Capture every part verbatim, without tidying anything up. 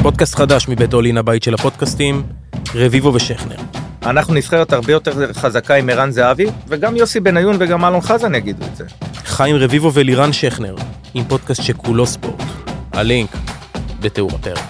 פודקאסט חדש מבית אולין, הבית של הפודקאסטים, רביבו ושכנר. אנחנו נבחרת הרבה יותר חזקה עם ערן זהבי, וגם יוסי בניון וגם אלון חזן יגידו את זה. חיים רביבו ולירן שכנר, עם פודקאסט שכולו ספורט. הלינק בתיאור הפרק.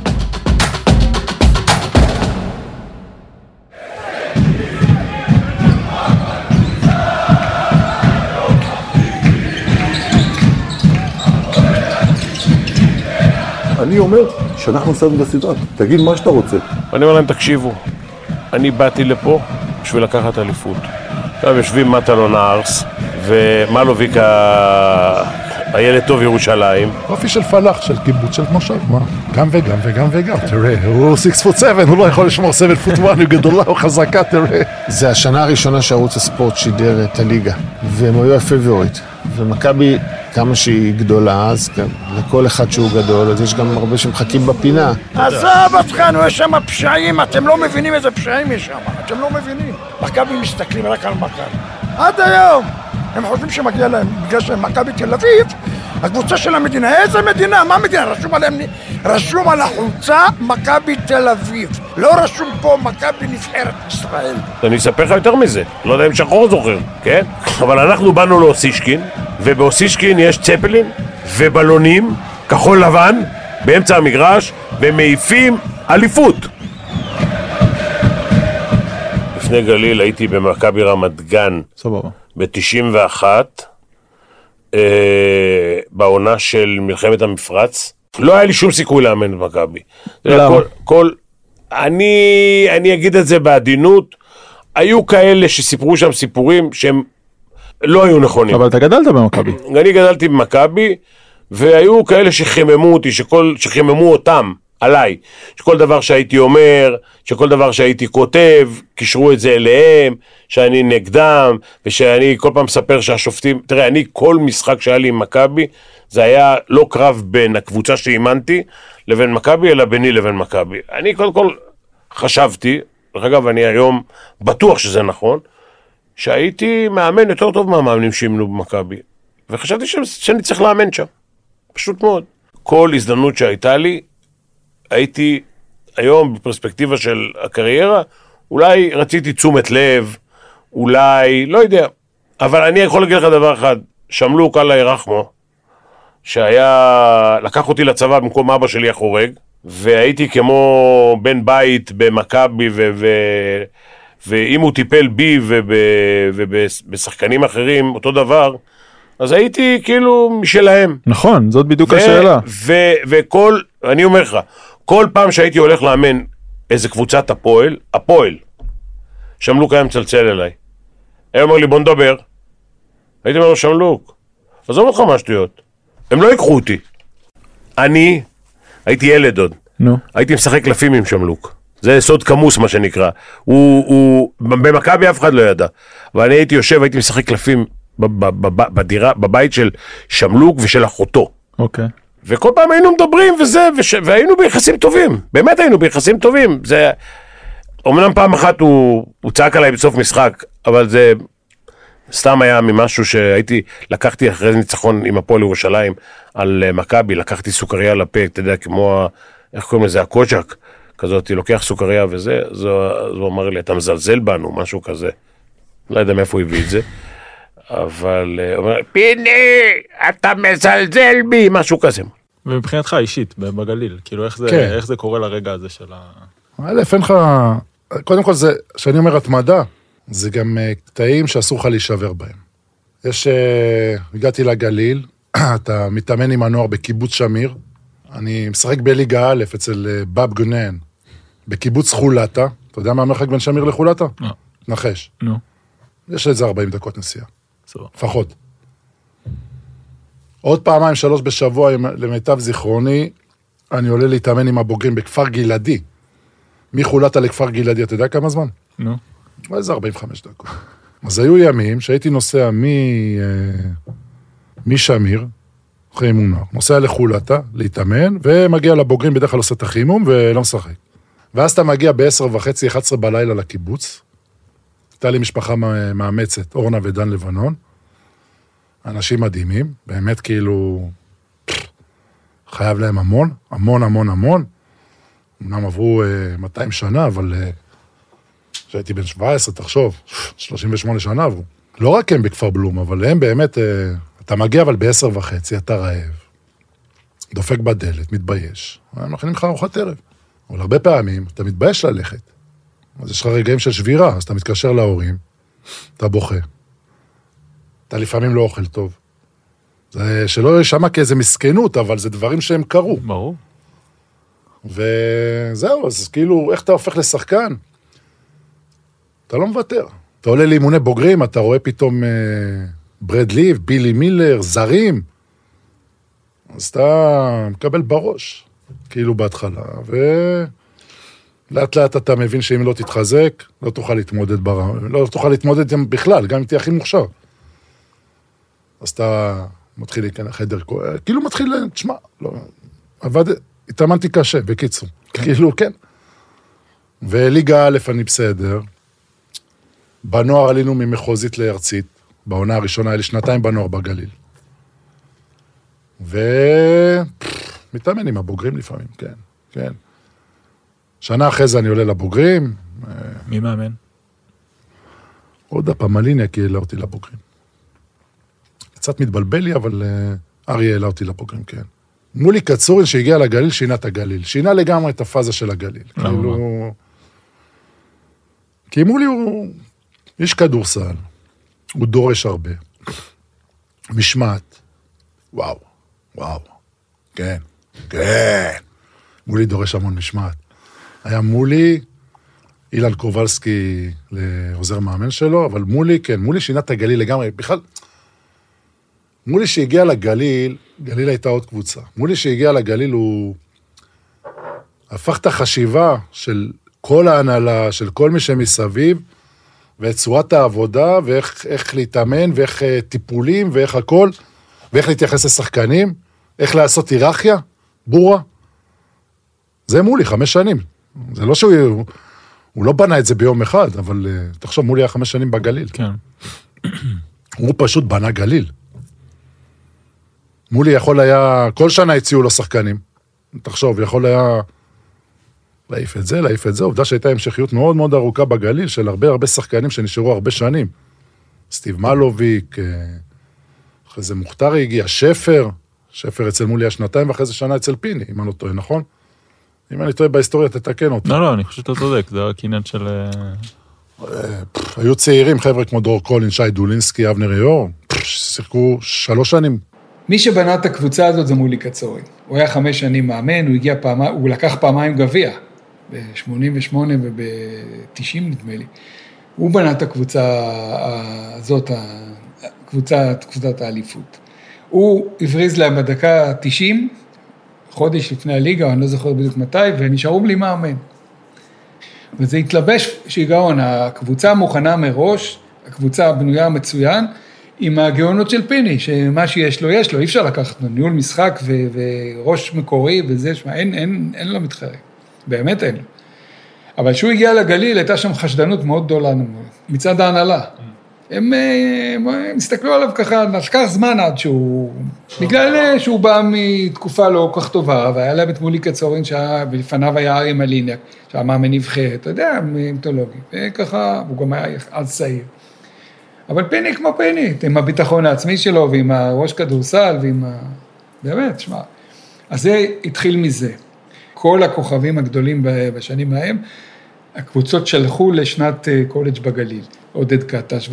אני אומר שאנחנו עשינו בסדרה, תגיד מה שאתה רוצה. אני אומר להם, תקשיבו, אני באתי לפה בשביל לקחת אליפות. עכשיו יושבים מטלון הארס ומלוביק הילד טוב ירושלים. אופי של פלח, של קיבוץ, של מושב, מה? גם וגם וגם וגם, תראה, הוא שש פוט שבע, הוא לא יכול לשמור שבע פוט אחת, הוא גדולה, הוא חזקה, תראה. זה השנה הראשונה שערוץ הספורט שידר את הליגה, והם היו הפייבוריט. ומכבי, כמה שהיא גדולה, אז כן, לכל אחד שהוא גדול, אז יש גם הרבה שמחכים בפינה. עזוב אתכנו, יש שם פשעים, אתם לא מבינים איזה פשעים יש שם, אתם לא מבינים. מכבי מסתכלים רק על מכבי. עד היום, הם חושבים שמגיע להם, בגלל שהם מכבי תל אביב, הקבוצה של המדינה, איזה מדינה? מה מדינה? רשום עליהם, רשום על החולצה מכבי תל אביב. לא רשום פה מכבי נבחרת ישראל. אני אספר לך יותר מזה, לא יודע אם שחור זוכר, כן? אבל אנחנו באנו לאוסישקין, ובאוסישקין יש צפלין ובלונים, כחול לבן, באמצע המגרש, ומעיפים אליפות. לפני גליל הייתי במכבי רמת גן, סבבה. ב-תשעים ואחת, אה, בעונה של מלחמת המפרץ. לא היה לי שום סיכוי לאמן במכבי. למה? כל, כל, אני, אני אגיד את זה בעדינות, היו כאלה שסיפרו שם סיפורים שהם לא היו נכונים. אבל אתה גדלת במכבי. אני גדלתי במכבי, והיו כאלה שחיממו אותי, שכל, שחיממו אותם עליי, שכל דבר שהייתי אומר, שכל דבר שהייתי כותב, קישרו את זה אליהם, שאני נגדם, ושאני כל פעם מספר שהשופטים, תראה, אני כל משחק שהיה לי עם מכבי, זה היה לא קרב בין הקבוצה שאימנתי לבין מכבי, אלא ביני לבין מכבי. אני קודם כל חשבתי, דרך אגב, אני היום בטוח שזה נכון, שהייתי מאמן יותר טוב מהמאמנים שאימנו במכבי, וחשבתי שאני צריך לאמן שם, פשוט מאוד. כל הזדמנות שהייתה לי, הייתי היום בפרספקטיבה של הקריירה, אולי רציתי תשומת לב, אולי, לא יודע, אבל אני יכול להגיד לך דבר אחד, שמלוק אללה ירחמו, שהיה, לקח אותי לצבא במקום אבא שלי החורג, והייתי כמו בן בית במכבי, ו... ו... ואם הוא טיפל בי ובשחקנים אחרים, אותו דבר, אז הייתי כאילו משלהם. נכון, זאת בדיוק השאלה. וכל, אני אומר לך, כל פעם שהייתי הולך לאמן איזה קבוצת הפועל, הפועל, שמלוק היה מצלצל אליי. היה אומר לי, בוא נדבר. הייתי אומר לו, שמלוק, עזוב אותך מה שטויות. הם לא יקחו אותי. אני הייתי ילד עוד. נו. הייתי משחק קלפים עם שמלוק. זה סוד כמוס מה שנקרא. הוא, הוא, במכבי אף אחד לא ידע. ואני הייתי יושב, הייתי משחק קלפים בדירה, בבית של שמלוק ושל אחותו. אוקיי. וכל פעם היינו מדברים וזה, וש... והיינו ביחסים טובים. באמת היינו ביחסים טובים. זה... אומנם פעם אחת הוא, הוא צעק עליי בסוף משחק, אבל זה סתם היה ממשהו שהייתי, לקחתי אחרי ניצחון עם הפועל ירושלים על מכבי, לקחתי סוכריה לפה, אתה יודע, כמו, איך קוראים לזה, הקוז'ק. כזאת, לוקח סוכריה וזה, אז הוא אמר לי, אתה מזלזל בנו, משהו כזה. לא יודע מאיפה הוא הביא את זה, אבל הוא אומר, פיני, אתה מזלזל בי, משהו כזה. ומבחינתך אישית, בגליל, כאילו איך זה, כן. איך זה קורה לרגע הזה של ה... א', אין לך, קודם כל זה, שאני אומר התמדה, זה גם קטעים שאסור לך להישבר בהם. יש, הגעתי לגליל, אתה מתאמן עם הנוער בקיבוץ שמיר, אני משחק בליגה א' אצל בב גונן, בקיבוץ חולטה. אתה יודע מה המרחק בין שמיר לחולטה? לא. נחש. נו. יש איזה ארבעים דקות נסיעה. סבבה. לפחות. עוד פעמיים, שלוש בשבוע, למיטב זיכרוני, אני עולה להתאמן עם הבוגרים בכפר גלעדי. מחולטה לכפר גלעדי, אתה יודע כמה זמן? נו. איזה ארבעים וחמש דקות. אז היו ימים שהייתי נוסע מ... משמיר, אחרי אימון, נוסע לחולטה, להתאמן, ומגיע לבוגרים, בדרך כלל עושה את החימום, ולא משחק. ואז אתה מגיע ב-עשר וחצי, אחת עשרה בלילה לקיבוץ, הייתה לי משפחה מאמצת, אורנה ודן לבנון, אנשים מדהימים, באמת כאילו, חייב להם המון, המון, המון, המון, אמנם עברו uh, מאתיים שנה, אבל כשהייתי uh, בן שבע עשרה, תחשוב, שלושים ושמונה שנה עברו. לא רק הם בכפר בלום, אבל הם באמת, uh, אתה מגיע אבל בעשר וחצי, אתה רעב, דופק בדלת, מתבייש, הם מכינים לך ארוחת ערב. אבל הרבה פעמים אתה מתבייש ללכת. אז יש לך רגעים של שבירה, אז אתה מתקשר להורים, אתה בוכה. אתה לפעמים לא אוכל טוב. זה שלא ישמע כאיזה מסכנות, אבל זה דברים שהם קרו. ברור. וזהו, אז כאילו, איך אתה הופך לשחקן? אתה לא מוותר. אתה עולה לאימוני בוגרים, אתה רואה פתאום אה, ברד ליב, בילי מילר, זרים. אז אתה מקבל בראש, כאילו בהתחלה, ולאט לאט אתה מבין שאם לא תתחזק, לא תוכל להתמודד ברע, לא תוכל להתמודד בכלל, גם אם תהיה הכי מוכשר. אז אתה מתחיל להיכנס לחדר, כאילו מתחיל, תשמע, לא, עבד, התאמנתי קשה, בקיצור, כן. כאילו, כן. וליגה א' אני בסדר, בנוער עלינו ממחוזית לארצית, בעונה הראשונה היה לי שנתיים בנוער בגליל. ומתאמן עם הבוגרים לפעמים, כן, כן. שנה אחרי זה אני עולה לבוגרים. מי מאמן? עוד הפעם הליnia כי העלה אותי לבוגרים. קצת מתבלבל לי, אבל אריה העלה אותי לבוגרים, כן. מולי קצורין שהגיע לגליל, שינה את הגליל. שינה לגמרי את הפאזה של הגליל. כאילו... כי מולי הוא איש כדורסל, הוא דורש הרבה. משמעת, וואו, וואו, כן, כן. מולי דורש המון משמעת. היה מולי, אילן קובלסקי לעוזר מאמן שלו, אבל מולי, כן, מולי שינה את הגליל לגמרי. בכלל, מולי שהגיע לגליל, גליל הייתה עוד קבוצה. מולי שהגיע לגליל הוא הפך את החשיבה של כל ההנהלה, של כל מי שמסביב, ואת צורת העבודה, ואיך איך להתאמן, ואיך טיפולים, ואיך הכל, ואיך להתייחס לשחקנים, איך לעשות היררכיה, בורה. זה מולי, חמש שנים. זה לא שהוא, הוא, הוא לא בנה את זה ביום אחד, אבל uh, תחשוב, מולי היה חמש שנים בגליל. כן. הוא פשוט בנה גליל. מולי יכול היה, כל שנה הציעו לו שחקנים. תחשוב, יכול היה להעיף את זה, להעיף את זה. עובדה שהייתה המשכיות מאוד מאוד ארוכה בגליל, של הרבה הרבה שחקנים שנשארו הרבה שנים. סטיב מלוביק, אחרי זה מוכתרי הגיע, שפר, שפר אצל מולי השנתיים, ואחרי זה שנה אצל פיני, אם אני לא טועה, נכון? אם אני טועה בהיסטוריה, תתקן אותי. לא, לא, אני חושב שאתה צודק, זה רק עניין של... היו צעירים, חבר'ה כמו דרור קולין, שי דולינסקי, אבנר יאור, שיחקו שלוש שנים. מי שבנה את הקבוצה הזאת זה מולי קצורין. הוא היה חמש שנים מאמן, הוא הגיע פעמיים, הוא לקח פעמיים גביע, ב-שמונים ושמונה וב-תשעים נדמה לי. הוא בנה את הקבוצה הזאת, קבוצת, קבוצת האליפות. הוא הבריז להם בדקה תשעים, חודש לפני הליגה, אני לא זוכר בדיוק מתי, ונשארו בלי מאמן. וזה התלבש שיגעון, הקבוצה מוכנה מראש, הקבוצה בנויה מצוין, עם הגאונות של פיני, שמה שיש לו, יש לו, אי אפשר לקחת לו, ניהול משחק ו- וראש מקורי וזה, שמה, אין, אין, אין לו מתחרה, באמת אין לו. אבל כשהוא הגיע לגליל, הייתה שם חשדנות מאוד גדולה מצד ההנהלה. הם, הם, הם הסתכלו עליו ככה, לקח זמן עד שהוא, בגלל שהוא בא מתקופה לא כל כך טובה, והיה להם את מולי קצורין, ולפניו היה אריה מליניאק, שהיה מאמן נבחרת, אתה יודע, מיתולוגי, וככה, הוא גם היה אז צעיר. אבל פיני כמו פיני, עם הביטחון העצמי שלו, ועם הראש כדורסל, ועם ה... באמת, שמה. אז זה התחיל מזה. כל הכוכבים הגדולים בשנים ההם, הקבוצות שלחו לשנת קולג' בגליל. עודד קטש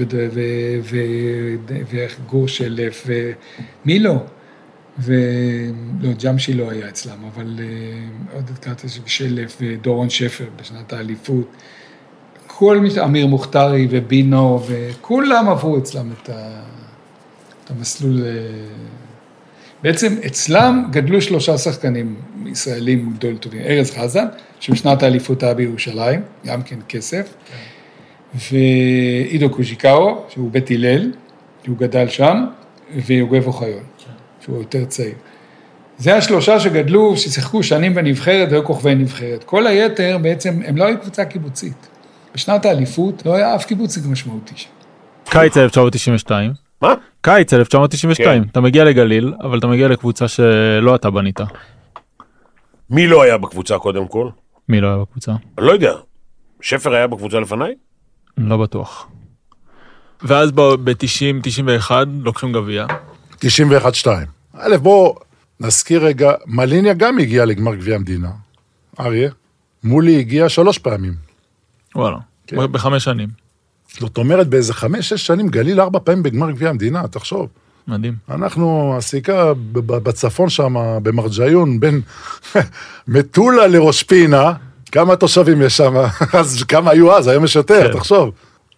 וגור שלף, ומי לא? ולא, ג'משי לא היה אצלם, אבל עודד קטש ושלף ודורון שפר בשנת האליפות. כל מי, אמיר מוכתרי ובינו, וכולם עברו אצלם את, ה, את המסלול. בעצם אצלם גדלו שלושה שחקנים ישראלים גדול טובים. ארז חזן, שבשנת האליפות היה בירושלים, גם כן כסף, ועידו קוז'יקאו, שהוא בית הלל, שהוא גדל שם, ויוגב אוחיון, שהוא יותר צעיר. זה השלושה שגדלו, ששיחקו שנים בנבחרת, והיו כוכבי נבחרת. כל היתר בעצם, הם לא היו קבוצה קיבוצית. בשנת האליפות לא היה אף קיבוציק משמעותי שם. קיץ אלף תשע מאות תשעים ושתיים. מה? קיץ אלף תשע מאות תשעים ושתיים. אתה מגיע לגליל, אבל אתה מגיע לקבוצה שלא אתה בנית. מי לא היה בקבוצה קודם כל? מי לא היה בקבוצה? אני לא יודע. שפר היה בקבוצה לפניי? לא בטוח. ואז ב-תשעים תשעים ואחת לוקחים גביע. תשעים ואחת שתיים. א', בוא נזכיר רגע, מליניה גם הגיע לגמר גביע המדינה. אריה, מולי הגיע שלוש פעמים. וואלה, כן. בחמש שנים. זאת אומרת, באיזה חמש, שש שנים, גליל ארבע פעמים בגמר גביע המדינה, תחשוב. מדהים. אנחנו, הסיכה בצפון שם, במרג'יון, בין מטולה לראש פינה, כמה תושבים יש שם, אז כמה היו אז, היום יש יותר, כן. תחשוב.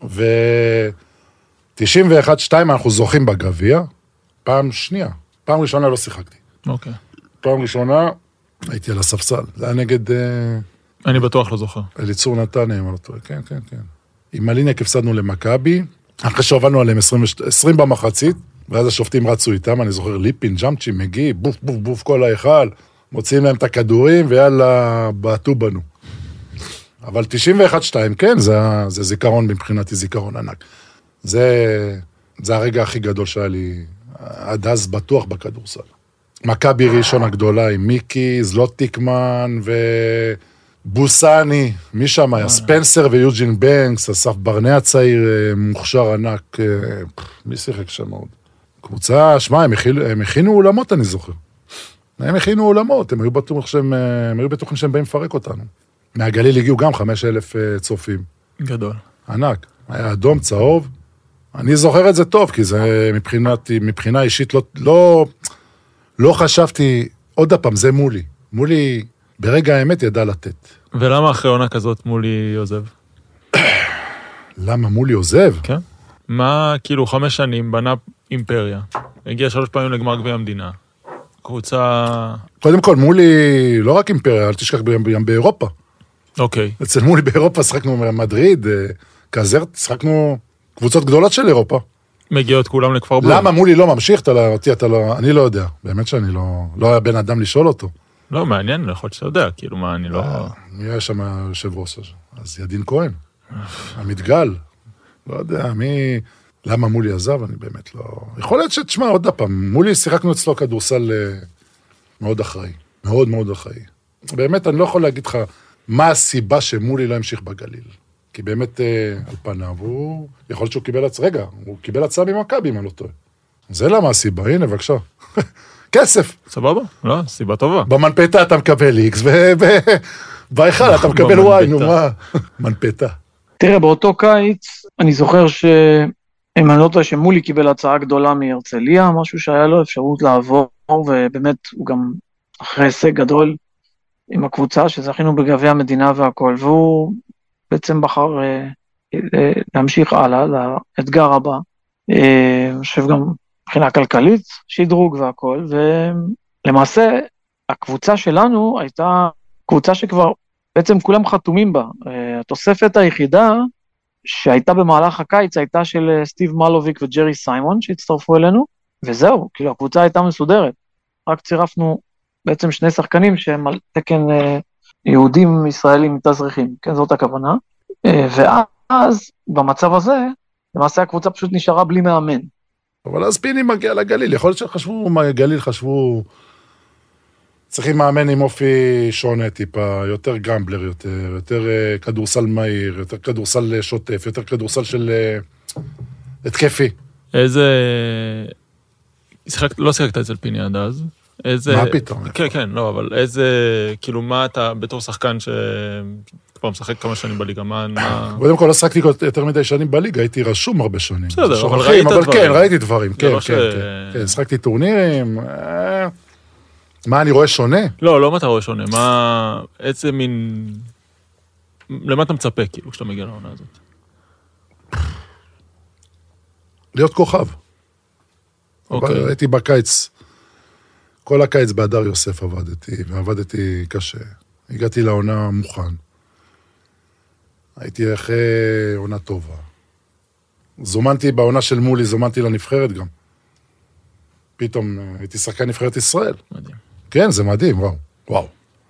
ו-תשעים ואחת שתיים אנחנו זוכים בגביע, פעם שנייה, פעם ראשונה לא שיחקתי. אוקיי. פעם ראשונה הייתי על הספסל, זה היה נגד... אני בטוח לא זוכר. אליצור נתניה, אם אני לא טועה, כן, כן, כן. עם מליניה הפסדנו למכבי, אחרי שהובלנו עליהם עשרים במחצית, ואז השופטים רצו איתם, אני זוכר ליפין, ג'אמצ'י, מגי, בוף, בוף, בוף, כל ההיכל, מוציאים להם את הכדורים, ויאללה, בעטו בנו. אבל תשעים ואחת שתיים, כן, זה, זה זיכרון מבחינתי, זיכרון ענק. זה, זה הרגע הכי גדול שהיה לי, עד אז בטוח בכדורסל. מכבי ראשון הגדולה עם מיקי, זלוטיקמן ובוסני, מי שם היה? ספנסר ויוג'ין בנקס, אסף ברנע צעיר, מוכשר ענק, מי שיחק שם עוד? קבוצה, שמע, הם, הם הכינו אולמות, אני זוכר. הם הכינו אולמות, הם היו בטוחים שהם, הם היו בטוחים שהם באים לפרק אותנו. מהגליל הגיעו גם חמש אלף צופים. גדול. ענק. היה אדום, צהוב. אני זוכר את זה טוב, כי זה מבחינת, מבחינה אישית לא, לא, לא חשבתי, עוד הפעם, זה מולי. מולי ברגע האמת ידע לתת. ולמה אחרי עונה כזאת מולי עוזב? למה מולי עוזב? כן. מה, כאילו, חמש שנים בנה אימפריה. הגיע שלוש פעמים לגמר גביע המדינה. קבוצה... קודם כל, מולי לא רק אימפריה, אל תשכח גם באירופה. אוקיי. אצל מולי באירופה שחקנו מדריד, קזרט, שחקנו קבוצות גדולות של אירופה. מגיעות כולם לכפר בלום. למה מולי לא ממשיך? אתה לא, אתה לא, אני לא יודע. באמת שאני לא, לא היה בן אדם לשאול אותו. לא, מעניין, לא יכול להיות שאתה יודע, כאילו מה, אני לא... מי היה שם היושב ראש הזה? אז ידין כהן. המתגל. לא יודע, מי... למה מולי עזב? אני באמת לא... יכול להיות שתשמע עוד הפעם, מולי שיחקנו אצלו כדורסל מאוד אחראי. מאוד מאוד אחראי. באמת, אני לא יכול להגיד לך מה הסיבה שמולי לא המשיך בגליל. כי באמת, על פניו, הוא... יכול להיות שהוא קיבל הצעה... רגע, הוא קיבל הצעה ממכבי, אם אני לא טועה. זה למה הסיבה, הנה, בבקשה. כסף. סבבה, לא, סיבה טובה. במנפתה אתה מקבל איקס, ובהיכל אתה מקבל וואי, נו מה? מנפתה. תראה, באותו קיץ, אני זוכר ש... אם אני לא טועה שמולי קיבל הצעה גדולה מהרצליה, משהו שהיה לו אפשרות לעבור, ובאמת הוא גם אחרי הישג גדול עם הקבוצה, שזכינו בגביע המדינה והכל, והוא בעצם בחר להמשיך הלאה, לאתגר הבא, חושב גם מבחינה כלכלית, שדרוג והכל, ולמעשה הקבוצה שלנו הייתה קבוצה שכבר בעצם כולם חתומים בה. התוספת היחידה שהייתה במהלך הקיץ הייתה של סטיב מלוביק וג'רי סיימון שהצטרפו אלינו, וזהו, כאילו הקבוצה הייתה מסודרת. רק צירפנו בעצם שני שחקנים שהם על תקן יהודים ישראלים מתאזרחים, כן, זאת הכוונה. ואז במצב הזה, למעשה הקבוצה פשוט נשארה בלי מאמן. אבל אז פיני מגיע לגליל, יכול להיות שחשבו, גליל חשבו, צריכים מאמן עם אופי שונה טיפה, יותר גרמבלר יותר, יותר כדורסל מהיר, יותר כדורסל שוטף, יותר כדורסל של התקפי. איזה... לא שיחקת אצל פיני עד אז. איזה... מה פתאום? כן, כן, לא, אבל איזה... כאילו, מה אתה בתור שחקן ש... כבר משחק כמה שנים בליגה, מה... קודם כל, לא שחקתי יותר מדי שנים בליגה, הייתי רשום הרבה שנים. בסדר, אבל ראית דברים. אבל כן, ראיתי דברים, כן, כן, כן. שחקתי טורנירים, מה, אני רואה שונה? לא, לא מה אתה רואה שונה, מה... איזה מין... למה אתה מצפה, כאילו, כשאתה מגיע לעונה הזאת? להיות כוכב. אוקיי. הייתי בקיץ, כל הקיץ באדר יוסף עבדתי, ועבדתי קשה. הגעתי לעונה מוכן. הייתי אחרי עונה טובה. זומנתי בעונה של מולי, זומנתי לנבחרת גם. פתאום הייתי שחקן נבחרת ישראל. מדהים. כן, זה מדהים, וואו. וואו.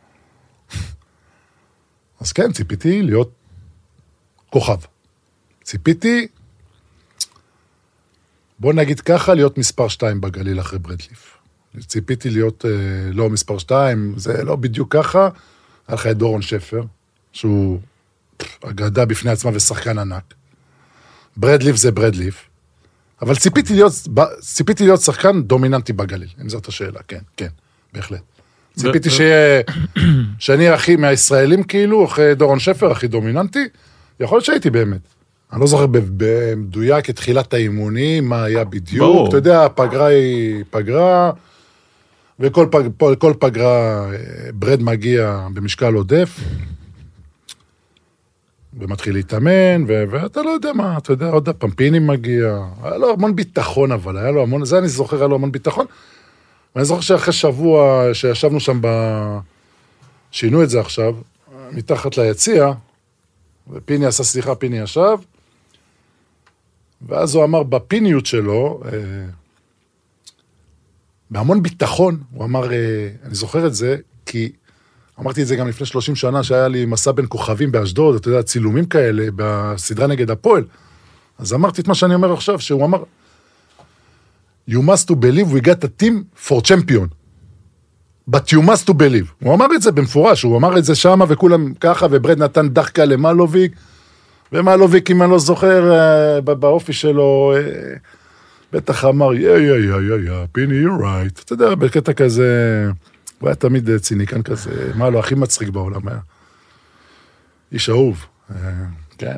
אז כן, ציפיתי להיות כוכב. ציפיתי, בוא נגיד ככה, להיות מספר שתיים בגליל אחרי ברדליף. ציפיתי להיות אה, לא מספר שתיים, זה לא בדיוק ככה, היה לך את דורון שפר, שהוא אגדה בפני עצמה ושחקן ענק. ברדליף זה ברדליף. אבל ציפיתי להיות, ציפיתי להיות שחקן דומיננטי בגליל, אם זאת השאלה, כן, כן, בהחלט. ציפיתי שיהיה, שאני הכי מהישראלים כאילו, אחרי דורון שפר, הכי דומיננטי, יכול להיות שהייתי באמת. אני לא זוכר במדויק את תחילת האימונים, מה היה בדיוק, אתה יודע, הפגרה היא פגרה, וכל פג, כל פגרה ברד מגיע במשקל עודף, ומתחיל להתאמן, ו- ואתה לא יודע מה, אתה יודע, עוד הפעם, פיני מגיע, היה לו המון ביטחון אבל, היה לו המון, זה אני זוכר, היה לו המון ביטחון, ואני זוכר שאחרי שבוע שישבנו שם, ב... שינו את זה עכשיו, מתחת ליציע, ופיני עשה סליחה, פיני ישב, ואז הוא אמר בפיניות שלו, אה, בהמון ביטחון, הוא אמר, אה, אני זוכר את זה, כי אמרתי את זה גם לפני שלושים שנה, שהיה לי מסע בין כוכבים באשדוד, אתה יודע, צילומים כאלה, בסדרה נגד הפועל. אז אמרתי את מה שאני אומר עכשיו, שהוא אמר, you must to believe we got a team for champion. But you must to believe. הוא אמר את זה במפורש, הוא אמר את זה שמה, וכולם ככה, וברד נתן דחקה למלוביק, ומלוביק, אם אני לא זוכר, באופי שלו, בטח אמר, yeah, yeah, yeah, yeah, yeah, פיני, you're right. אתה יודע, בקטע כזה... הוא היה תמיד ציניקן כזה, מה לו, הכי מצחיק בעולם היה. איש אהוב, כן.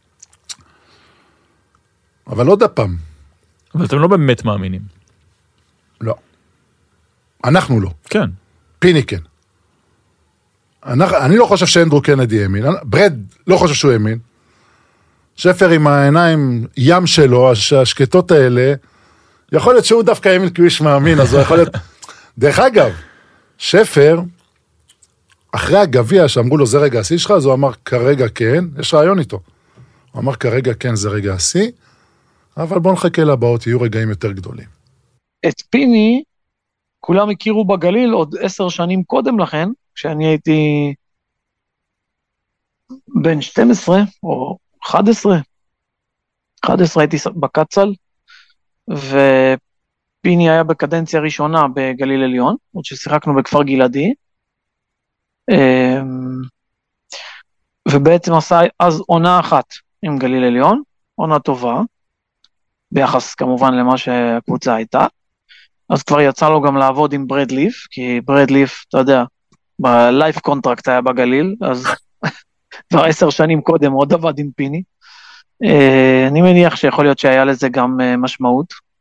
אבל עוד הפעם. אבל אתם לא באמת מאמינים. לא. אנחנו לא. כן. פיני כן. אני לא חושב שאנדרו קנדי האמין, ברד לא חושב שהוא האמין. שפר עם העיניים ים שלו, השקטות האלה, יכול להיות שהוא דווקא האמין כי הוא איש מאמין, אז הוא יכול להיות... דרך אגב, שפר, אחרי הגביע שאמרו לו, זה רגע השיא שלך, אז הוא אמר, כרגע כן, יש רעיון איתו. הוא אמר, כרגע כן, זה רגע השיא, אבל בוא נחכה לבאות, יהיו רגעים יותר גדולים. את פיני, כולם הכירו בגליל עוד עשר שנים קודם לכן, כשאני הייתי בן שתים עשרה, או אחת עשרה, אחת עשרה הייתי בקצל, ו... פיני היה בקדנציה ראשונה בגליל עליון, עוד ששיחקנו בכפר גלעדי, ובעצם עשה אז עונה אחת עם גליל עליון, עונה טובה, ביחס כמובן למה שהקבוצה הייתה, אז כבר יצא לו גם לעבוד עם ברד ליף, כי ברד ליף, אתה יודע, בלייף קונטרקט היה בגליל, אז כבר עשר שנים קודם עוד עבד עם פיני, אני מניח שיכול להיות שהיה לזה גם משמעות,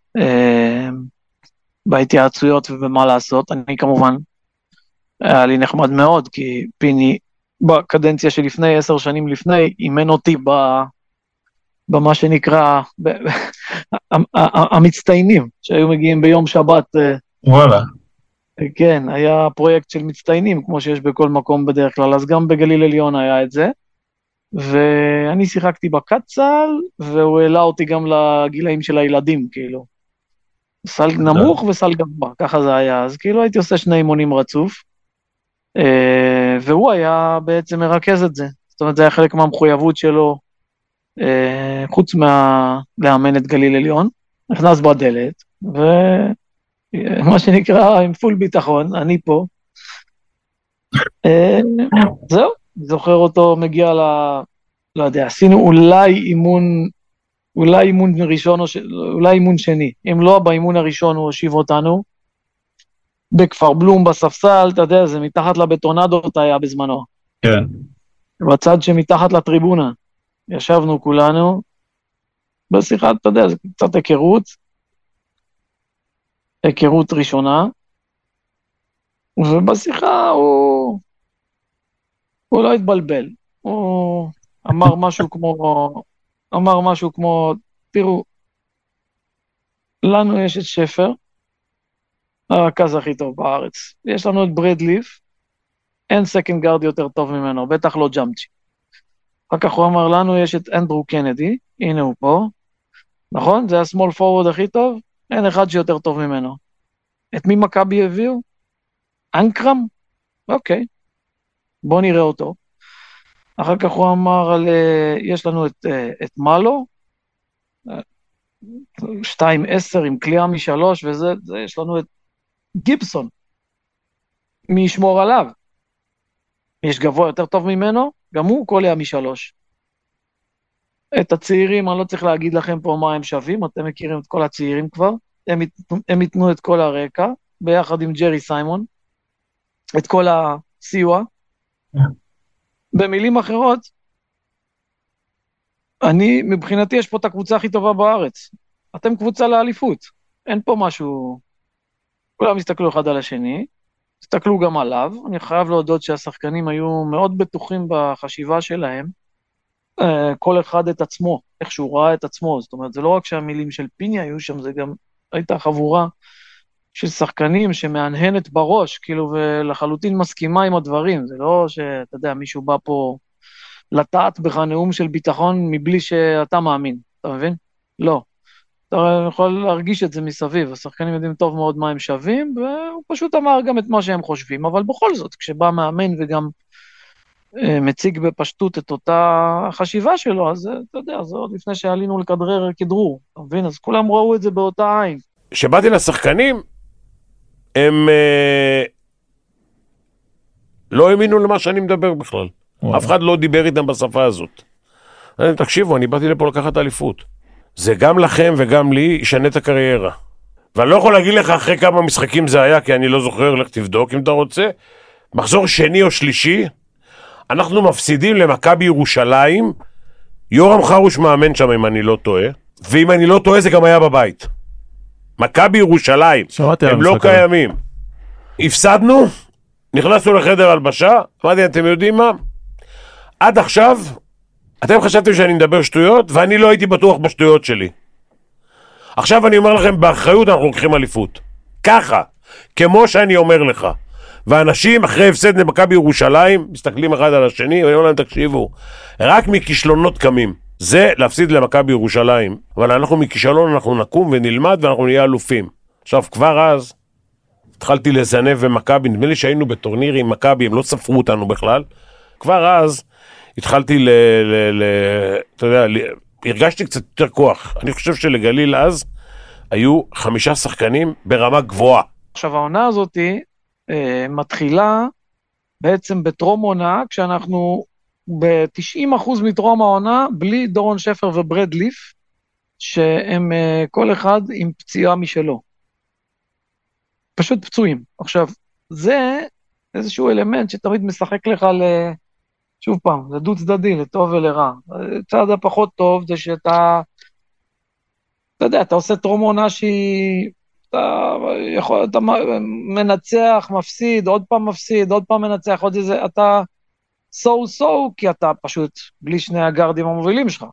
בהתייעצויות ובמה לעשות. אני כמובן, היה לי נחמד מאוד, כי פיני בקדנציה שלפני, עשר שנים לפני, אימן אותי במה שנקרא המצטיינים, שהיו מגיעים ביום שבת. וואלה. כן, היה פרויקט של מצטיינים, כמו שיש בכל מקום בדרך כלל, אז גם בגליל עליון היה את זה, ואני שיחקתי בקצל, והוא העלה אותי גם לגילאים של הילדים, כאילו. סל נמוך וסל גבוה, ככה זה היה, אז כאילו הייתי עושה שני אימונים רצוף, והוא היה בעצם מרכז את זה, זאת אומרת זה היה חלק מהמחויבות שלו, חוץ מהלאמן את גליל עליון, נכנס בדלת, ומה שנקרא עם פול ביטחון, אני פה, זהו, זוכר אותו מגיע ל... לא יודע, עשינו אולי אימון, אולי אימון ראשון, או ש... אולי אימון שני. אם לא, באימון הראשון הוא הושיב אותנו, בכפר בלום בספסל, אתה יודע, זה מתחת לבטונדות היה בזמנו. כן. בצד שמתחת לטריבונה. ישבנו כולנו, בשיחה, אתה יודע, זה קצת היכרות, היכרות ראשונה, ובשיחה הוא, הוא לא התבלבל. הוא אמר משהו כמו, אמר משהו כמו, תראו, לנו יש את שפר, הרכז הכי טוב בארץ. יש לנו את ברד ליף, אין סקנד גארד יותר טוב ממנו, בטח לא ג'אמצ'י. אחר כך הוא אמר, לנו יש את אנדרו קנדי, הנה הוא פה, נכון? זה הסמול פורוורד הכי טוב, אין אחד שיותר טוב ממנו. את מי מכבי הביאו? אנקרם? אוקיי, בוא נראה אותו. אחר כך הוא אמר, על, יש לנו את, את מלו, שתיים עשר עם קליעה משלוש, וזה, זה, יש לנו את גיבסון, מי ישמור עליו. יש גבוה יותר טוב ממנו, גם הוא קולע משלוש. את הצעירים, אני לא צריך להגיד לכם פה מה הם שווים, אתם מכירים את כל הצעירים כבר, הם, הם ייתנו את כל הרקע, ביחד עם ג'רי סיימון, את כל הסיוע. במילים אחרות, אני, מבחינתי יש פה את הקבוצה הכי טובה בארץ. אתם קבוצה לאליפות. אין פה משהו... כולם הסתכלו אחד על השני, הסתכלו גם עליו. אני חייב להודות שהשחקנים היו מאוד בטוחים בחשיבה שלהם. כל אחד את עצמו, איך שהוא ראה את עצמו. זאת אומרת, זה לא רק שהמילים של פיני היו שם, זה גם הייתה חבורה של שחקנים שמענהנת בראש, כאילו, ולחלוטין מסכימה עם הדברים. זה לא שאתה יודע, מישהו בא פה... לטעת בך נאום של ביטחון מבלי שאתה מאמין, אתה מבין? לא. אתה יכול להרגיש את זה מסביב, השחקנים יודעים טוב מאוד מה הם שווים, והוא פשוט אמר גם את מה שהם חושבים, אבל בכל זאת, כשבא מאמן וגם אה, מציג בפשטות את אותה חשיבה שלו, אז אתה יודע, זה עוד לפני שעלינו לכדרר כדרור, אתה מבין? אז כולם ראו את זה באותה עין. כשבאתי לשחקנים, הם אה, לא האמינו למה שאני מדבר בכלל. אף אחד לא דיבר איתם בשפה הזאת. תקשיבו, אני באתי לפה לקחת אליפות. זה גם לכם וגם לי ישנה את הקריירה. ואני לא יכול להגיד לך אחרי כמה משחקים זה היה, כי אני לא זוכר, לך תבדוק אם אתה רוצה. מחזור שני או שלישי, אנחנו מפסידים למכבי ירושלים, יורם חרוש מאמן שם אם אני לא טועה, ואם אני לא טועה זה גם היה בבית. מכבי ירושלים, הם לא קיימים. הפסדנו, נכנסנו לחדר הלבשה, אמרתי, אתם יודעים מה? עד עכשיו, אתם חשבתם שאני מדבר שטויות, ואני לא הייתי בטוח בשטויות שלי. עכשיו אני אומר לכם, באחריות אנחנו לוקחים אליפות. ככה, כמו שאני אומר לך. ואנשים אחרי הפסד למכבי ירושלים, מסתכלים אחד על השני, ואומרים להם, תקשיבו, רק מכישלונות קמים. זה להפסיד למכבי ירושלים. אבל אנחנו מכישלון, אנחנו נקום ונלמד, ואנחנו נהיה אלופים. עכשיו, כבר אז, התחלתי לזנב במכבי, נדמה לי שהיינו בטורנירי עם מכבי, הם לא ספרו אותנו בכלל. כבר אז, התחלתי ל... ל, ל אתה יודע, ל, הרגשתי קצת יותר כוח. אני חושב שלגליל אז, היו חמישה שחקנים ברמה גבוהה. עכשיו, העונה הזאת אה, מתחילה בעצם בטרום עונה, כשאנחנו ב-תשעים אחוז מטרום העונה, בלי דורון שפר וברד ליף, שהם אה, כל אחד עם פציעה משלו. פשוט פצועים. עכשיו, זה איזשהו אלמנט שתמיד משחק לך ל... שוב פעם, זה דו צדדי, לטוב ולרע. צעד הפחות טוב זה שאתה, אתה יודע, אתה עושה טרום עונה שהיא, אתה יכול, אתה מנצח, מפסיד, עוד פעם מפסיד, עוד פעם מנצח, עוד איזה, אתה so so, כי אתה פשוט בלי שני הגרדים המובילים שלך.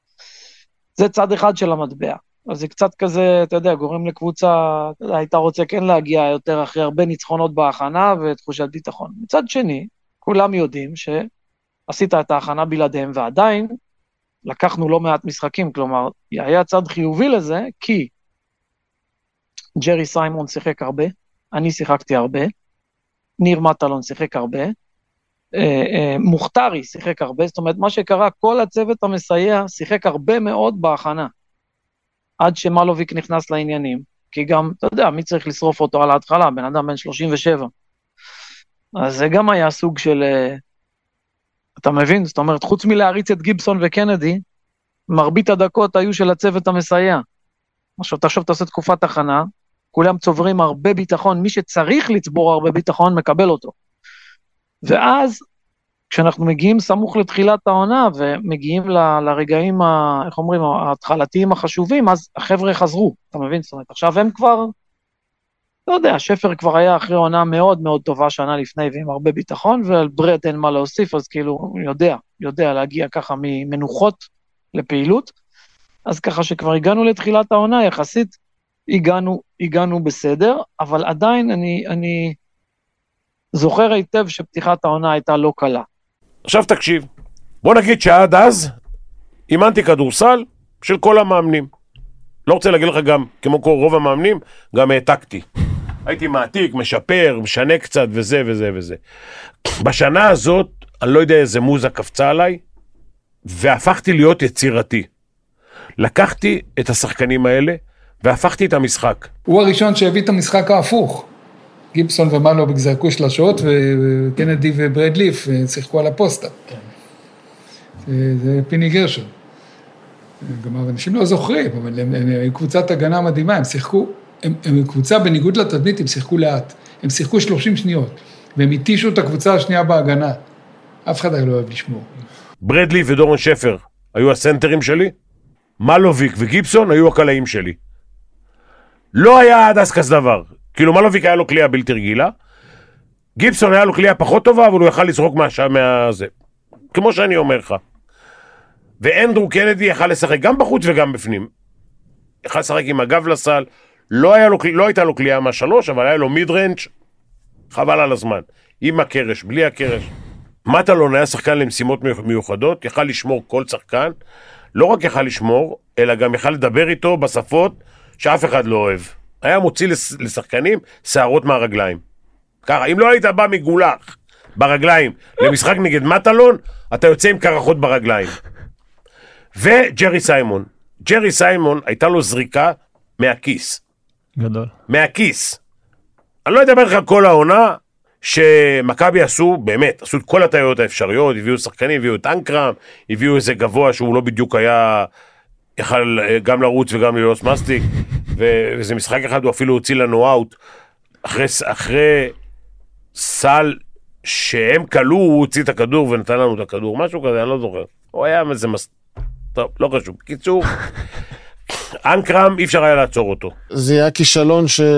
זה צד אחד של המטבע. אז זה קצת כזה, אתה יודע, גורם לקבוצה, אתה יודע, היית רוצה כן להגיע יותר אחרי הרבה ניצחונות בהכנה ותחושת ביטחון. מצד שני, כולם יודעים שעשית את ההכנה בלעדיהם, ועדיין לקחנו לא מעט משחקים, כלומר, היה צד חיובי לזה, כי ג'רי סיימון שיחק הרבה, אני שיחקתי הרבה, ניר מטלון שיחק הרבה, אה, אה, מוכתרי שיחק הרבה, זאת אומרת, מה שקרה, כל הצוות המסייע שיחק הרבה מאוד בהכנה, עד שמלוביק נכנס לעניינים, כי גם, אתה יודע, מי צריך לשרוף אותו על ההתחלה, בן אדם בן שלושים ושבע. אז זה גם היה סוג של, אתה מבין? זאת אומרת, חוץ מלהריץ את גיבסון וקנדי, מרבית הדקות היו של הצוות המסייע. עכשיו, תחשוב, אתה עושה תקופת הכנה, כולם צוברים הרבה ביטחון, מי שצריך לצבור הרבה ביטחון, מקבל אותו. ואז, כשאנחנו מגיעים סמוך לתחילת העונה, ומגיעים ל, לרגעים, ה, איך אומרים, ההתחלתיים החשובים, אז החבר'ה חזרו, אתה מבין? זאת אומרת, עכשיו הם כבר, לא יודע, שפר כבר היה אחרי עונה מאוד מאוד טובה שנה לפני, ועם הרבה ביטחון, ועל ברד אין מה להוסיף, אז כאילו, הוא יודע, יודע להגיע ככה ממנוחות לפעילות, אז ככה שכבר הגענו לתחילת העונה, יחסית, הגענו, הגענו בסדר, אבל עדיין אני, אני זוכר היטב שפתיחת העונה הייתה לא קלה. עכשיו תקשיב, בוא נגיד שעד אז אימנתי כדורסל של כל המאמנים. לא רוצה להגיד לך גם, כמו כל רוב המאמנים, גם העתקתי. הייתי מעתיק, משפר, משנה קצת וזה וזה וזה. בשנה הזאת, אני לא יודע איזה מוזה קפצה עליי, והפכתי להיות יצירתי. לקחתי את השחקנים האלה, והפכתי את המשחק. הוא הראשון שהביא את המשחק ההפוך. גיבסון ומלוביק זרקו שלשות, וקנדי וברד ליף שיחקו על הפוסטה. זה פיני גרשון. גם אנשים לא זוכרים, אבל הם, הם, הם קבוצת הגנה מדהימה, הם שיחקו, הם, הם קבוצה בניגוד לתדמית, הם שיחקו לאט, הם שיחקו שלושים שניות, והם התישו את הקבוצה השנייה בהגנה. אף אחד לא אוהב לשמור. ברדלי ודורון שפר היו הסנטרים שלי, מלוביק וגיבסון היו הקלעים שלי. לא היה עד אז כזה דבר. כאילו מלוביק היה לו קליעה בלתי רגילה, גיבסון היה לו קליעה פחות טובה, אבל הוא יכל לזרוק מהשעה מהזה. כמו שאני אומר לך. ואנדרו קנדי יכל לשחק גם בחוץ וגם בפנים. יכל לשחק עם הגב לסל, לא, היה לו, לא הייתה לו קליעה מהשלוש, אבל היה לו מיד רנץ', חבל על הזמן. עם הקרש, בלי הקרש. מטלון היה שחקן למשימות מיוחדות, יכל לשמור כל שחקן, לא רק יכל לשמור, אלא גם יכל לדבר איתו בשפות שאף אחד לא אוהב. היה מוציא לשחקנים שערות מהרגליים. ככה, אם לא היית בא מגולח ברגליים למשחק נגד מטלון, אתה יוצא עם קרחות ברגליים. וג'רי סיימון. ג'רי סיימון הייתה לו זריקה מהכיס. גדול. מהכיס. אני לא אדבר לך על כל העונה שמכבי עשו, באמת, עשו את כל הטעויות האפשריות, הביאו שחקנים, הביאו את אנקרם, הביאו איזה גבוה שהוא לא בדיוק היה, יכל גם לרוץ וגם להיות מסטיק, ואיזה משחק אחד הוא אפילו הוציא לנו אאוט, אחרי, אחרי סל שהם קלו, הוא הוציא את הכדור ונתן לנו את הכדור, משהו כזה, אני לא זוכר. הוא היה איזה מס... טוב, לא חשוב. בקיצור, אנקרם אי אפשר היה לעצור אותו. זה היה כישלון ש...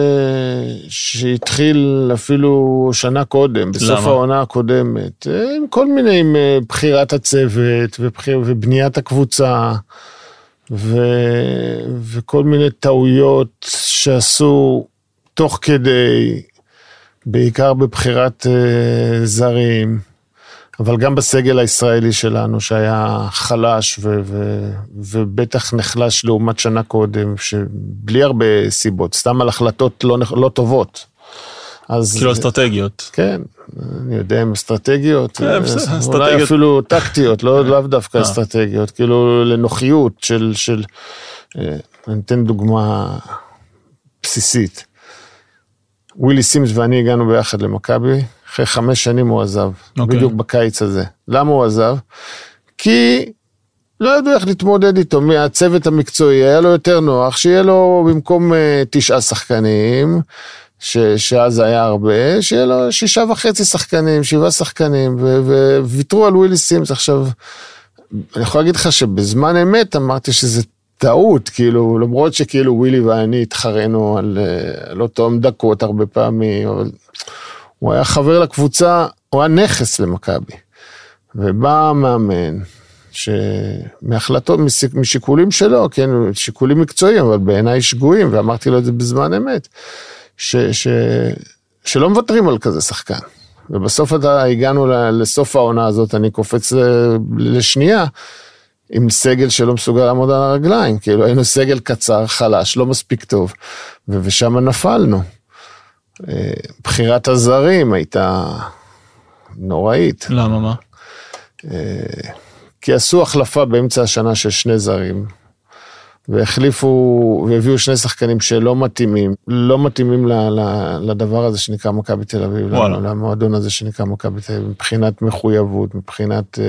שהתחיל אפילו שנה קודם, בסוף למה? העונה הקודמת, עם כל מיני, עם בחירת הצוות ובחיר... ובניית הקבוצה, ו... וכל מיני טעויות שעשו תוך כדי, בעיקר בבחירת uh, זרים, אבל גם בסגל הישראלי שלנו, שהיה חלש ו- ו- ובטח נחלש לעומת שנה קודם, שבלי הרבה סיבות, סתם על החלטות לא, לא טובות. אז, כאילו אסטרטגיות. כן, אני יודע אם אסטרטגיות, אולי אפילו טקטיות, לא לאו דווקא אסטרטגיות, כאילו לנוחיות של, של, אני אתן דוגמה בסיסית. ווילי סימס ואני הגענו ביחד למכבי, אחרי חמש שנים הוא עזב, okay. בדיוק בקיץ הזה. למה הוא עזב? כי לא ידעו איך להתמודד איתו, מהצוות המקצועי, היה לו יותר נוח, שיהיה לו במקום uh, תשעה שחקנים, ש, שאז היה הרבה, שיהיה לו שישה וחצי שחקנים, שבעה שחקנים, וויתרו על ווילי סימס. עכשיו, אני יכול להגיד לך שבזמן אמת אמרתי שזה טעות, כאילו, למרות שכאילו ווילי ואני התחרנו על, על אותם דקות הרבה פעמים, אבל הוא היה חבר לקבוצה, הוא היה נכס למכבי. ובא מאמן, שמהחלטות, משיקולים שלו, כן, שיקולים מקצועיים, אבל בעיניי שגויים, ואמרתי לו את זה בזמן אמת, ש, ש, שלא מוותרים על כזה שחקן. ובסוף אתה, הגענו לסוף העונה הזאת, אני קופץ לשנייה, עם סגל שלא מסוגל לעמוד על הרגליים, כאילו היינו סגל קצר, חלש, לא מספיק טוב, ושם נפלנו. בחירת הזרים הייתה נוראית. למה מה? כי עשו החלפה באמצע השנה של שני זרים, והחליפו, והביאו שני שחקנים שלא מתאימים, לא מתאימים לדבר הזה שנקרא מכבי תל אביב, למועדון הזה שנקרא מכבי תל אביב, מבחינת מחויבות, מבחינת...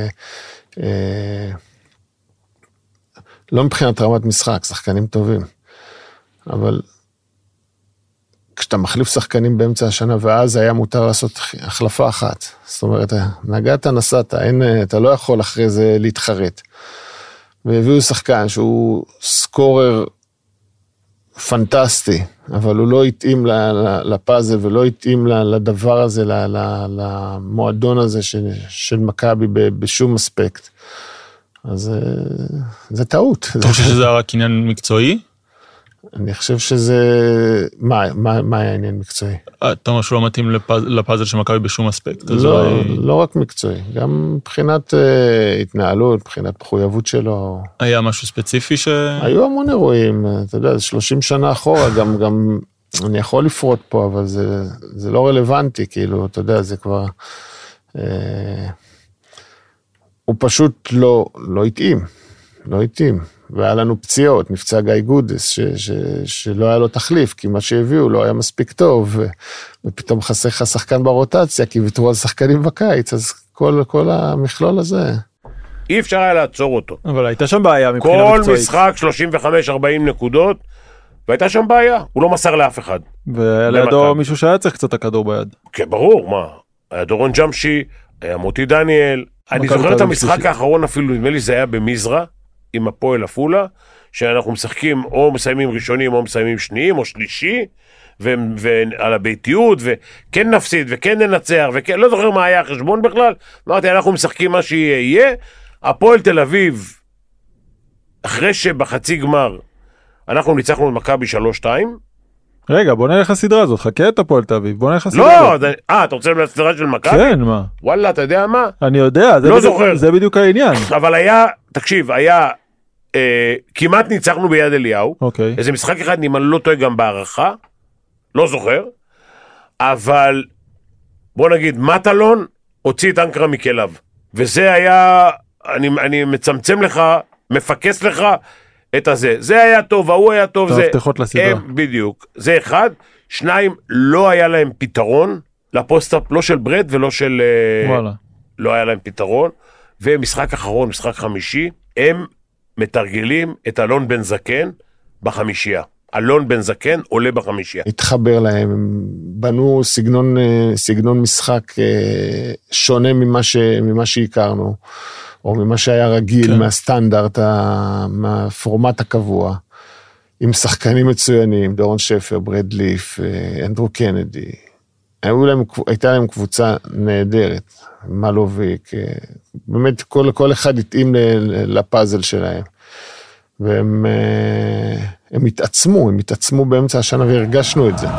לא מבחינת רמת משחק, שחקנים טובים, אבל כשאתה מחליף שחקנים באמצע השנה, ואז היה מותר לעשות החלפה אחת, זאת אומרת, נגעת, נסעת, אין, אתה לא יכול אחרי זה להתחרט, והביאו שחקן שהוא סקורר פנטסטי, אבל הוא לא התאים לפאזל, ולא התאים לדבר הזה, למועדון הזה של מכבי בשום אספקט. אז זה טעות. אתה חושב שזה רק עניין מקצועי? אני חושב שזה... מה, מה, מה היה עניין מקצועי? אתה אומר שהוא לא מתאים לפאזל של מכבי בשום אספקט. לא, לא רק מקצועי, גם מבחינת התנהלות, מבחינת מחויבות שלו. היה משהו ספציפי ש... היו המון אירועים, אתה יודע, שלושים שנה אחורה, גם, גם אני יכול לפרוט פה, אבל זה, זה לא רלוונטי, כאילו, אתה יודע, זה כבר... הוא פשוט לא, לא התאים, לא התאים. והיה לנו פציעות, נפצע גיא גודס, ש, ש, שלא היה לו תחליף, כי מה שהביאו לא היה מספיק טוב, ו, ופתאום חסר לך שחקן ברוטציה, כי ויתרו על שחקנים בקיץ, אז כל, כל המכלול הזה. אי אפשר היה לעצור אותו. אבל הייתה שם בעיה מבחינה כל מקצועית. משחק שלושים וחמש ארבעים נקודות, והייתה שם בעיה, הוא לא מסר לאף אחד. והיה לידו מישהו שהיה צריך קצת הכדור ביד. כן, ברור, מה? היה דורון ג'משי, היה מוטי דניאל. אני זוכר את המשחק האחרון אפילו, נדמה לי זה היה במזרע, עם הפועל עפולה, שאנחנו משחקים או מסיימים ראשונים או מסיימים שניים או שלישי, ועל הביתיות, וכן נפסיד וכן ננצח, וכן, לא זוכר מה היה החשבון בכלל, אמרתי, אנחנו משחקים מה שיהיה, הפועל תל אביב, אחרי שבחצי גמר, אנחנו ניצחנו את מכבי שלוש שתיים, רגע, בוא נלך לסדרה הזאת, חכה את הפועל תל אביב, בוא נלך לסדרה הזאת. לא, אה, אתה רוצה לסדרה של מכבי? כן, מה? וואלה, אתה יודע מה? אני יודע, זה, לא בדיוק, זוכר. זה בדיוק העניין. אבל היה, תקשיב, היה, אה, כמעט ניצחנו ביד אליהו, אוקיי. איזה משחק אחד, אם אני לא טועה גם בהערכה, לא זוכר, אבל בוא נגיד, מטלון הוציא את אנקרה מכליו, וזה היה, אני, אני מצמצם לך, מפקס לך את הזה, זה היה טוב, ההוא היה טוב, זה, הבטחות לסדרה. הם, בדיוק, זה אחד, שניים, לא היה להם פתרון, לפוסט-אפ לא של ברד ולא של, וואלה. לא היה להם פתרון, ומשחק אחרון, משחק חמישי, הם מתרגלים את אלון בן זקן בחמישייה. אלון בן זקן עולה בחמישייה. התחבר להם, הם בנו סגנון, סגנון משחק שונה ממה, ש, ממה שהכרנו, או ממה שהיה רגיל, כן. מהסטנדרט, מהפורמט הקבוע, עם שחקנים מצוינים, דורון שפר, ברד ליף, אנדרו קנדי, להם, הייתה להם קבוצה נהדרת, מלוביק, באמת כל, כל אחד התאים לפאזל שלהם. והם הם התעצמו, הם התעצמו באמצע השנה והרגשנו את זה.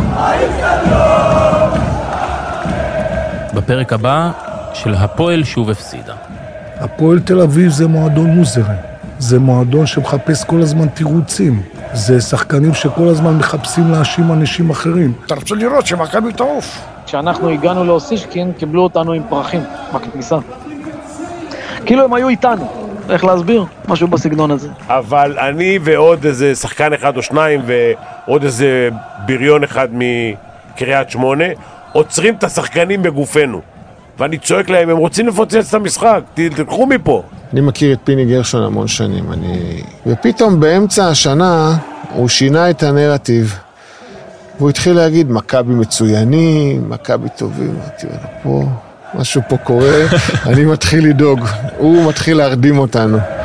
בפרק הבא של הפועל שוב הפסידה. הפועל תל אביב זה מועדון מוזרי. זה מועדון שמחפש כל הזמן תירוצים. זה שחקנים שכל הזמן מחפשים להאשים אנשים אחרים. אתה רוצה לראות שמכבי תעוף. כשאנחנו הגענו לאוסישקין, קיבלו אותנו עם פרחים בכניסה. כאילו הם היו איתנו. איך להסביר? משהו בסגנון הזה. אבל אני ועוד איזה שחקן אחד או שניים ועוד איזה בריון אחד מקריית שמונה עוצרים את השחקנים בגופנו ואני צועק להם, הם רוצים לפוצץ את המשחק, תלכו מפה. אני מכיר את פיני גרשון המון שנים, אני... ופתאום באמצע השנה הוא שינה את הנרטיב והוא התחיל להגיד, מכבי מצוינים, מכבי טובים, אמרתי, פה... משהו פה קורה, אני מתחיל לדאוג, הוא מתחיל להרדים אותנו.